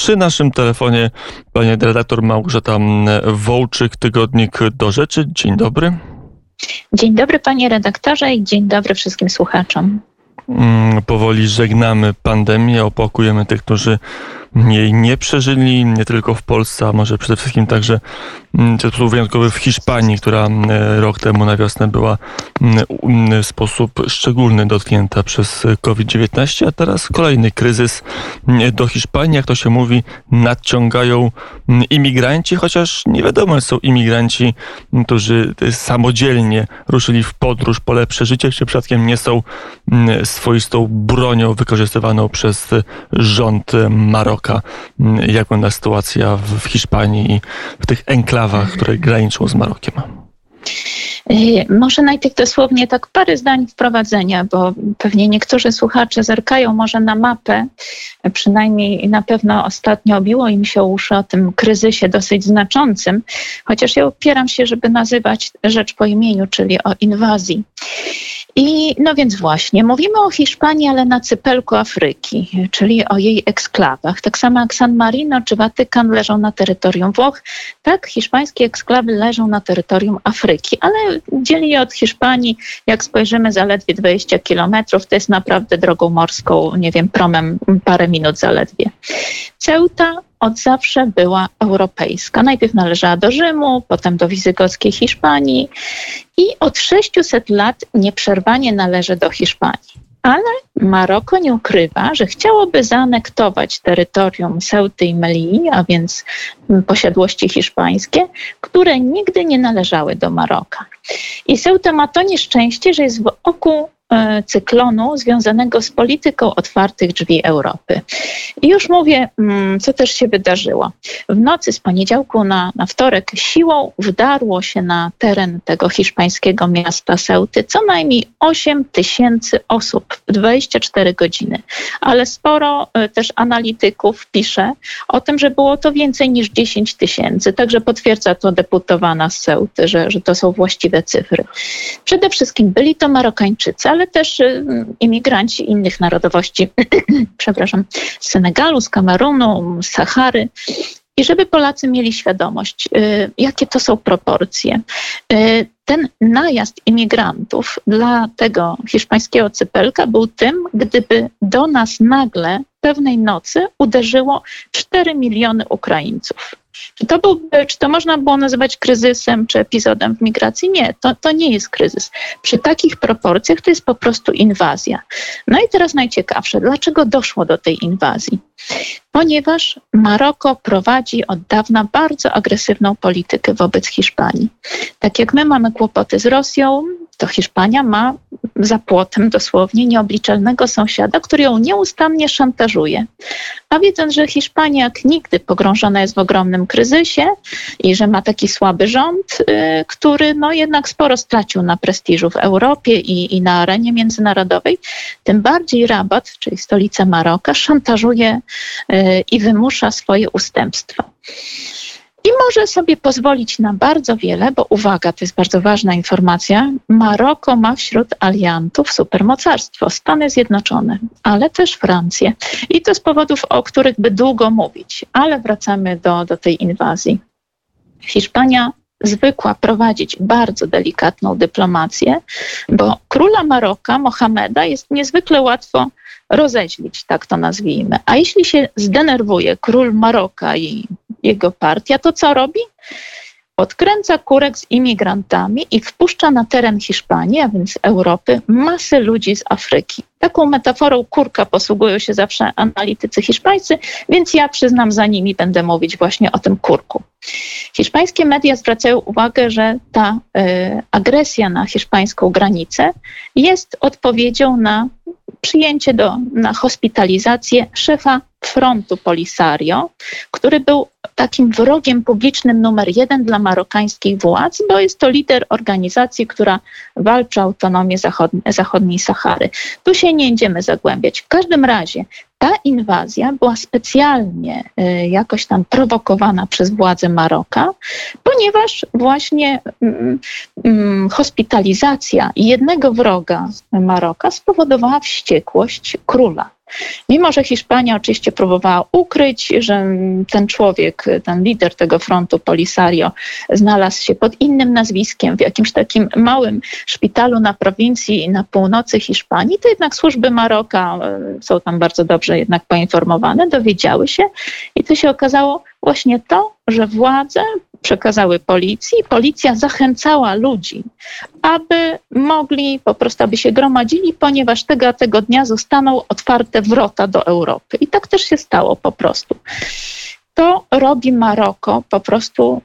Przy naszym telefonie pani redaktor Małgorzata Wołczyk, tygodnik Do Rzeczy. Dzień dobry. Dzień dobry panie redaktorze i dzień dobry wszystkim słuchaczom. Powoli żegnamy pandemię, opłakujemy tych, którzy jej nie przeżyli, nie tylko w Polsce, a może przede wszystkim także w sposób wyjątkowy w Hiszpanii, która rok temu na wiosnę była w sposób szczególny dotknięta przez COVID-19, a teraz kolejny kryzys do Hiszpanii. Jak to się mówi, nadciągają imigranci, chociaż nie wiadomo, czy są imigranci, którzy samodzielnie ruszyli w podróż po lepsze życie, czy przypadkiem nie są swoistą bronią wykorzystywaną przez rząd Maroka. Jak wygląda sytuacja w Hiszpanii i w tych enklawach, które graniczą z Marokiem? Może najpierw dosłownie tak parę zdań wprowadzenia, bo pewnie niektórzy słuchacze zerkają może na mapę, przynajmniej na pewno ostatnio obiło im się uszy o tym kryzysie dosyć znaczącym, chociaż ja upieram się, żeby nazywać rzecz po imieniu, czyli o inwazji. I no więc właśnie, mówimy o Hiszpanii, ale na cypelku Afryki, czyli o jej eksklawach. Tak samo jak San Marino czy Watykan leżą na terytorium Włoch, tak hiszpańskie eksklawy leżą na terytorium Afryki, ale dzieli je od Hiszpanii, jak spojrzymy, zaledwie 20 kilometrów, to jest naprawdę drogą morską, nie wiem, promem parę minut zaledwie. Ceuta od zawsze była europejska. Najpierw należała do Rzymu, potem do wizygockiej Hiszpanii i od 600 lat nieprzerwanie należy do Hiszpanii. Ale Maroko nie ukrywa, że chciałoby zaanektować terytorium Ceuty i Melilli, a więc posiadłości hiszpańskie, które nigdy nie należały do Maroka. I Ceuta ma to nieszczęście, że jest w oku cyklonu związanego z polityką otwartych drzwi Europy. I już mówię, co też się wydarzyło. W nocy z poniedziałku na wtorek siłą wdarło się na teren tego hiszpańskiego miasta Ceuty co najmniej 8 000 osób w 24 godziny. Ale sporo też analityków pisze o tym, że było to więcej niż 10 000. Także potwierdza to deputowana z Ceuty, że to są właściwe cyfry. Przede wszystkim byli to Marokańczycy, ale też imigranci innych narodowości, przepraszam, z Senegalu, z Kamerunu, z Sahary. I żeby Polacy mieli świadomość, jakie to są proporcje. Ten najazd imigrantów dla tego hiszpańskiego cypelka był tym, gdyby do nas nagle pewnej nocy uderzyło 4 miliony Ukraińców. Czy to można było nazywać kryzysem czy epizodem w migracji? Nie, to nie jest kryzys. Przy takich proporcjach to jest po prostu inwazja. No i teraz najciekawsze, dlaczego doszło do tej inwazji? Ponieważ Maroko prowadzi od dawna bardzo agresywną politykę wobec Hiszpanii. Tak jak my mamy kłopoty z Rosją, to Hiszpania ma za płotem dosłownie nieobliczalnego sąsiada, który ją nieustannie szantażuje. A wiedząc, że Hiszpania jak nigdy pogrążona jest w ogromnym kryzysie i że ma taki słaby rząd, który no jednak sporo stracił na prestiżu w Europie i na arenie międzynarodowej, tym bardziej Rabat, czyli stolica Maroka, szantażuje i wymusza swoje ustępstwa. I może sobie pozwolić na bardzo wiele, bo uwaga, to jest bardzo ważna informacja, Maroko ma wśród aliantów supermocarstwo, Stany Zjednoczone, ale też Francję. I to z powodów, o których by długo mówić, ale wracamy do tej inwazji. Hiszpania zwykła prowadzić bardzo delikatną dyplomację, bo króla Maroka, Mohameda, jest niezwykle łatwo rozeźlić, tak to nazwijmy. A jeśli się zdenerwuje król Maroka i jego partia, to co robi? Odkręca kurek z imigrantami i wpuszcza na teren Hiszpanii, a więc Europy, masę ludzi z Afryki. Taką metaforą kurka posługują się zawsze analitycy hiszpańscy, więc ja przyznam za nimi będę mówić właśnie o tym kurku. Hiszpańskie media zwracają uwagę, że ta agresja na hiszpańską granicę jest odpowiedzią na przyjęcie na hospitalizację szefa frontu Polisario, który był takim wrogiem publicznym numer 1 dla marokańskich władz, bo jest to lider organizacji, która walczy o autonomię zachodniej Sahary. Tu się nie będziemy zagłębiać. W każdym razie ta inwazja była specjalnie jakoś tam prowokowana przez władze Maroka, ponieważ właśnie hospitalizacja jednego wroga Maroka spowodowała wściekłość króla. Mimo że Hiszpania oczywiście próbowała ukryć, że ten człowiek, ten lider tego frontu Polisario znalazł się pod innym nazwiskiem w jakimś takim małym szpitalu na prowincji na północy Hiszpanii, to jednak służby Maroka są tam bardzo dobrze jednak poinformowane, dowiedziały się i to się okazało właśnie to, że władze przekazały policji. Policja zachęcała ludzi, aby mogli po prostu, aby się gromadzili, ponieważ tego dnia zostaną otwarte wrota do Europy. I tak też się stało po prostu. To robi Maroko po prostu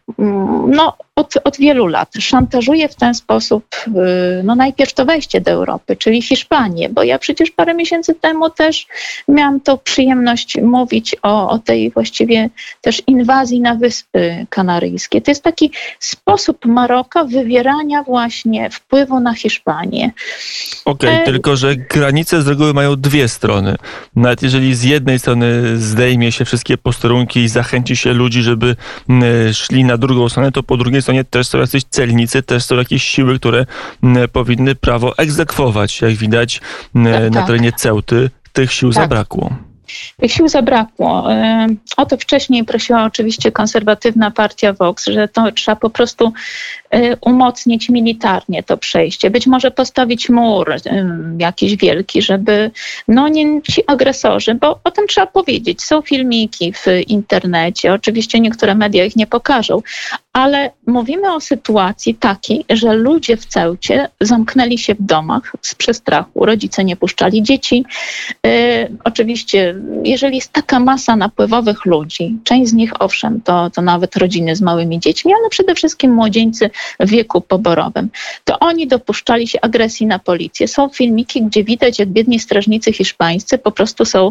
od wielu lat. Szantażuje w ten sposób najpierw to wejście do Europy, czyli Hiszpanię, bo ja przecież parę miesięcy temu też miałam tą przyjemność mówić o tej właściwie też inwazji na Wyspy Kanaryjskie. To jest taki sposób Maroka wywierania właśnie wpływu na Hiszpanię. Okej, tylko że granice z reguły mają dwie strony. Nawet jeżeli z jednej strony zdejmie się wszystkie posterunki i zachęci się ludzi, żeby szli na drugą stronę, to po drugiej stronie też są jacyś celnicy, też są jakieś siły, które powinny prawo egzekwować. Jak widać na terenie Ceuty tych sił zabrakło. Tych sił zabrakło. O to wcześniej prosiła oczywiście konserwatywna partia Vox, że to trzeba po prostu umocnić militarnie to przejście. Być może postawić mur jakiś wielki, żeby ci agresorzy, bo o tym trzeba powiedzieć. Są filmiki w internecie, oczywiście niektóre media ich nie pokażą, ale mówimy o sytuacji takiej, że ludzie w Ceucie zamknęli się w domach z przestrachu. Rodzice nie puszczali dzieci. Oczywiście, jeżeli jest taka masa napływowych ludzi, część z nich owszem, to nawet rodziny z małymi dziećmi, ale przede wszystkim młodzieńcy w wieku poborowym, to oni dopuszczali się agresji na policję. Są filmiki, gdzie widać, jak biedni strażnicy hiszpańscy po prostu są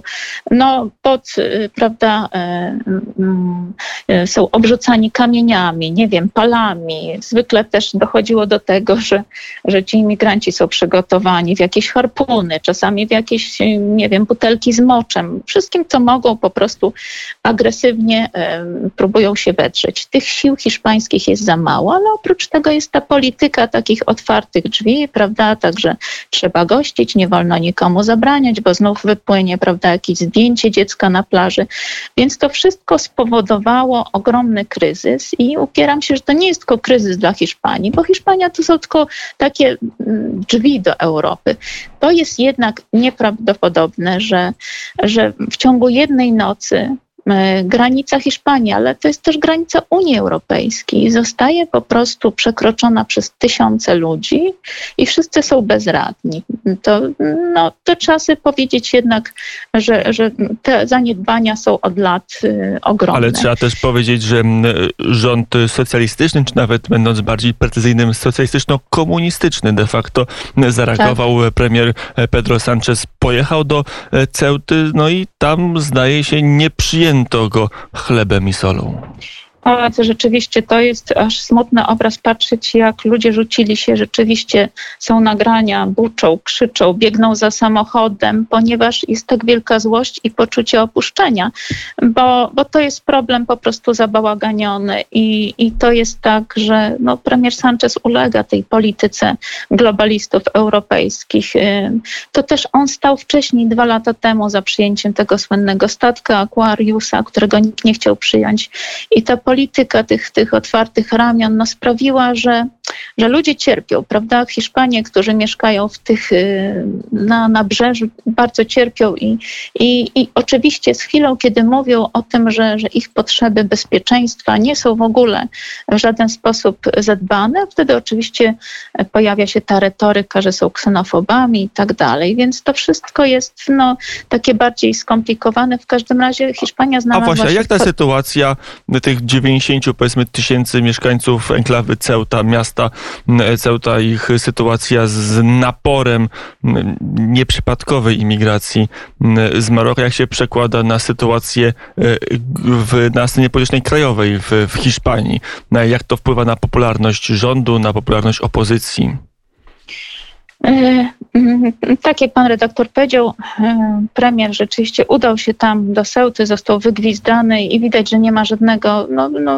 są obrzucani kamieniami, nie wiem, palami. Zwykle też dochodziło do tego, że ci imigranci są przygotowani w jakieś harpuny, czasami w jakieś, nie wiem, butelki z moczem. Wszystkim, co mogą, po prostu agresywnie próbują się wedrzeć. Tych sił hiszpańskich jest za mało, ale oprócz tego jest ta polityka takich otwartych drzwi, prawda, także trzeba gościć, nie wolno nikomu zabraniać, bo znów wypłynie, prawda, jakieś zdjęcie dziecka na plaży. Więc to wszystko spowodowało ogromny kryzys i upieram się, że to nie jest tylko kryzys dla Hiszpanii, bo Hiszpania to są tylko takie drzwi do Europy. To jest jednak nieprawdopodobne, że w ciągu jednej nocy granica Hiszpanii, ale to jest też granica Unii Europejskiej, zostaje po prostu przekroczona przez tysiące ludzi i wszyscy są bezradni. To trzeba sobie powiedzieć jednak, że te zaniedbania są od lat ogromne. Ale trzeba też powiedzieć, że rząd socjalistyczny, czy nawet będąc bardziej precyzyjnym, socjalistyczno-komunistyczny de facto zareagował. Tak. Premier Pedro Sánchez pojechał do Ceuty, i tam zdaje się nie przyjęto go chlebem i solą. To rzeczywiście to jest aż smutny obraz patrzeć, jak ludzie rzucili się, rzeczywiście są nagrania, buczą, krzyczą, biegną za samochodem, ponieważ jest tak wielka złość i poczucie opuszczenia, bo to jest problem po prostu zabałaganiony i to jest tak, że premier Sánchez ulega tej polityce globalistów europejskich. To też on stał wcześniej, 2 lata temu, za przyjęciem tego słynnego statka Aquariusa, którego nikt nie chciał przyjąć i ta polityka tych otwartych ramion sprawiła, że ludzie cierpią, prawda? Hiszpanie, którzy mieszkają na nabrzeżu, bardzo cierpią i oczywiście z chwilą, kiedy mówią o tym, że ich potrzeby bezpieczeństwa nie są w ogóle w żaden sposób zadbane, wtedy oczywiście pojawia się ta retoryka, że są ksenofobami i tak dalej, więc to wszystko jest takie bardziej skomplikowane. W każdym razie Hiszpania znalazła się... A właśnie, jak ta sytuacja tych 90 powiedzmy tysięcy mieszkańców enklawy Ceuta, miasta Ceuta, ich sytuacja z naporem nieprzypadkowej imigracji z Maroka, jak się przekłada na sytuację na scenie politycznej krajowej w Hiszpanii? Jak to wpływa na popularność rządu, na popularność opozycji? Tak jak pan redaktor powiedział, premier rzeczywiście udał się tam do Ceuty, został wygwizdany i widać, że nie ma żadnego,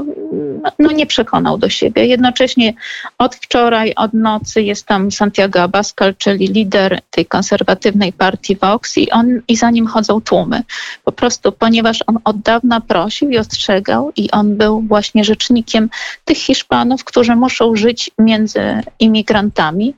nie przekonał do siebie. Jednocześnie od wczoraj, od nocy jest tam Santiago Abascal, czyli lider tej konserwatywnej partii Vox i za nim chodzą tłumy. Po prostu, ponieważ on od dawna prosił i ostrzegał i on był właśnie rzecznikiem tych Hiszpanów, którzy muszą żyć między imigrantami.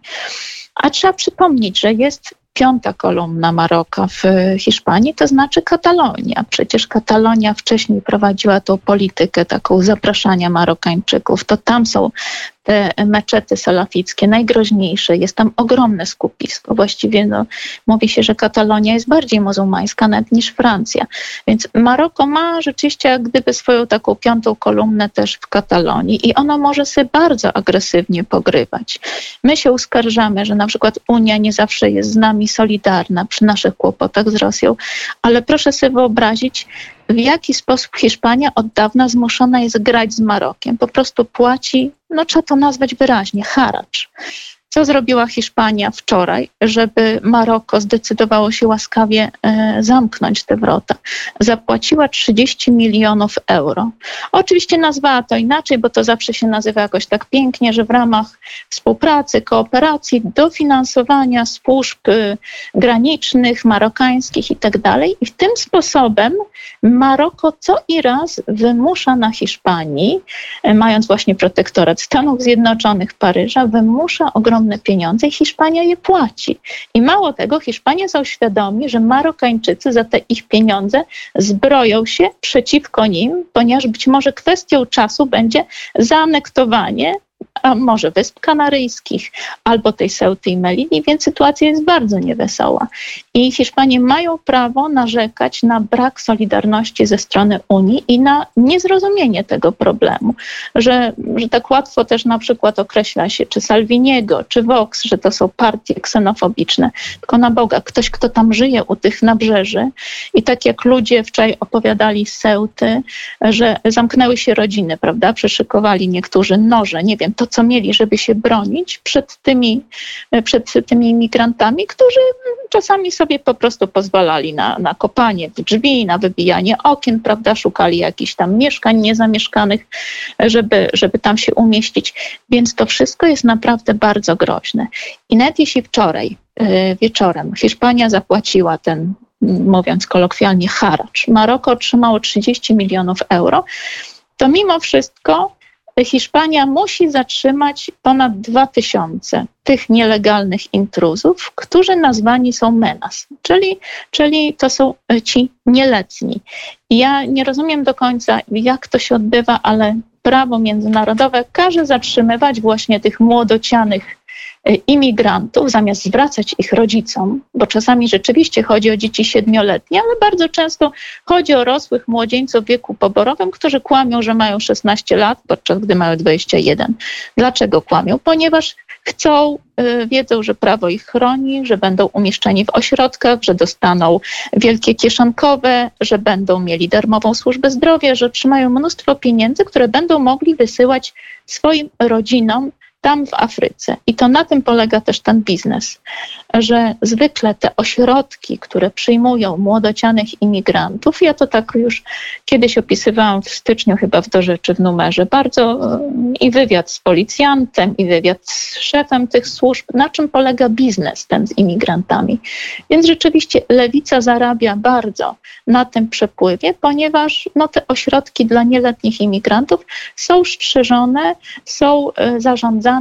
A trzeba przypomnieć, że jest 5. kolumna Maroka w Hiszpanii, to znaczy Katalonia. Przecież Katalonia wcześniej prowadziła tą politykę taką zapraszania Marokańczyków. To tam są te meczety salafickie, najgroźniejsze. Jest tam ogromne skupisko. Właściwie mówi się, że Katalonia jest bardziej muzułmańska nawet niż Francja. Więc Maroko ma rzeczywiście jak gdyby swoją taką 5. kolumnę też w Katalonii i ono może sobie bardzo agresywnie pogrywać. My się uskarżamy, że na przykład Unia nie zawsze jest z nami solidarna przy naszych kłopotach z Rosją, ale proszę sobie wyobrazić, w jaki sposób Hiszpania od dawna zmuszona jest grać z Marokiem. Po prostu płaci, trzeba to nazwać wyraźnie, haracz. Co zrobiła Hiszpania wczoraj, żeby Maroko zdecydowało się łaskawie zamknąć te wrota? Zapłaciła 30 milionów euro. Oczywiście nazwała to inaczej, bo to zawsze się nazywa jakoś tak pięknie, że w ramach współpracy, kooperacji, dofinansowania służb granicznych, marokańskich i tak dalej. I w tym sposobem Maroko co i raz wymusza na Hiszpanii, mając właśnie protektorat Stanów Zjednoczonych, Paryża, wymusza ogromne pieniądze i Hiszpania je płaci. I mało tego, Hiszpania są świadomi, że Marokańczycy za te ich pieniądze zbroją się przeciwko nim, ponieważ być może kwestią czasu będzie zaanektowanie a może Wysp Kanaryjskich, albo tej Ceuty i Melilli, więc sytuacja jest bardzo niewesoła. I Hiszpanie mają prawo narzekać na brak solidarności ze strony Unii i na niezrozumienie tego problemu, że tak łatwo też na przykład określa się czy Salviniego, czy Vox, że to są partie ksenofobiczne. Tylko na Boga, ktoś, kto tam żyje u tych nabrzeży i tak jak ludzie wczoraj opowiadali z Ceuty, że zamknęły się rodziny, prawda, przyszykowali niektórzy noże, nie wiem, to co mieli, żeby się bronić przed tymi imigrantami, którzy czasami sobie po prostu pozwalali na kopanie w drzwi, na wybijanie okien, prawda, szukali jakichś tam mieszkań niezamieszkanych, żeby tam się umieścić. Więc to wszystko jest naprawdę bardzo groźne. I nawet jeśli wczoraj wieczorem Hiszpania zapłaciła ten, mówiąc kolokwialnie, haracz, Maroko otrzymało 30 milionów euro, to mimo wszystko Hiszpania musi zatrzymać ponad 2000 tych nielegalnych intruzów, którzy nazwani są menas, czyli to są ci nieletni. Ja nie rozumiem do końca, jak to się odbywa, ale prawo międzynarodowe każe zatrzymywać właśnie tych młodocianych imigrantów, zamiast zwracać ich rodzicom, bo czasami rzeczywiście chodzi o dzieci 7-letnie, ale bardzo często chodzi o rosłych młodzieńców w wieku poborowym, którzy kłamią, że mają 16 lat, podczas gdy mają 21. Dlaczego kłamią? Ponieważ wiedzą, że prawo ich chroni, że będą umieszczeni w ośrodkach, że dostaną wielkie kieszonkowe, że będą mieli darmową służbę zdrowia, że otrzymają mnóstwo pieniędzy, które będą mogli wysyłać swoim rodzinom tam w Afryce. I to na tym polega też ten biznes, że zwykle te ośrodki, które przyjmują młodocianych imigrantów, ja to tak już kiedyś opisywałam w styczniu chyba w Do Rzeczy w numerze, bardzo i wywiad z policjantem, i wywiad z szefem tych służb, na czym polega biznes ten z imigrantami. Więc rzeczywiście lewica zarabia bardzo na tym przepływie, ponieważ te ośrodki dla nieletnich imigrantów są strzeżone, są zarządzane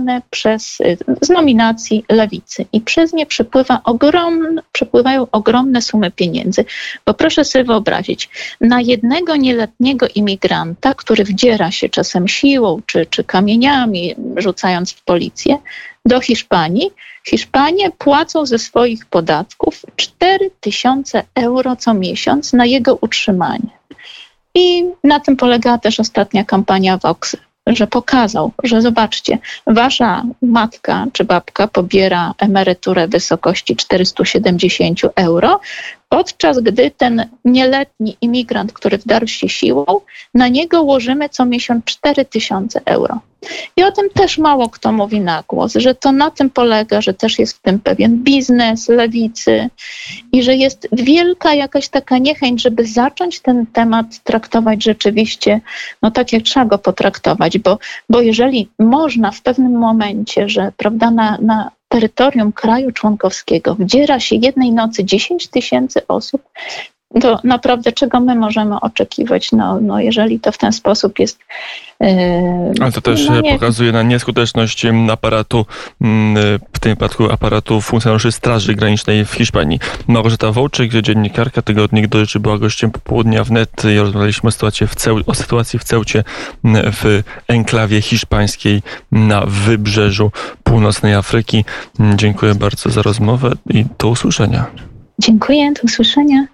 z nominacji lewicy i przez nie przepływają ogromne sumy pieniędzy. Bo proszę sobie wyobrazić, na jednego nieletniego imigranta, który wdziera się czasem siłą czy kamieniami, rzucając w policję, do Hiszpanii, Hiszpanie płacą ze swoich podatków 4000 euro co miesiąc na jego utrzymanie. I na tym polegała też ostatnia kampania Vox, że pokazał, że zobaczcie, wasza matka czy babka pobiera emeryturę w wysokości 470 euro, podczas gdy ten nieletni imigrant, który wdarł się siłą, na niego łożymy co miesiąc 4000 euro. I o tym też mało kto mówi na głos, że to na tym polega, że też jest w tym pewien biznes lewicy i że jest wielka jakaś taka niechęć, żeby zacząć ten temat traktować rzeczywiście, no tak jak trzeba go potraktować, bo jeżeli można w pewnym momencie, że prawda, na terytorium kraju członkowskiego wdziera się jednej nocy 10 000 osób, to naprawdę czego my możemy oczekiwać, no jeżeli to w ten sposób jest. Ale to też pokazuje na nieskuteczność aparatu, w tym wypadku aparatu funkcjonariuszy Straży Granicznej w Hiszpanii. Małgorzata Wołczyk, dziennikarka Tygodnik do Rzeczy, była gościem Popołudnia Wnet i rozmawialiśmy o sytuacji w Ceucie, w enklawie hiszpańskiej na wybrzeżu północnej Afryki. Dziękuję bardzo za rozmowę i do usłyszenia. Dziękuję, do usłyszenia.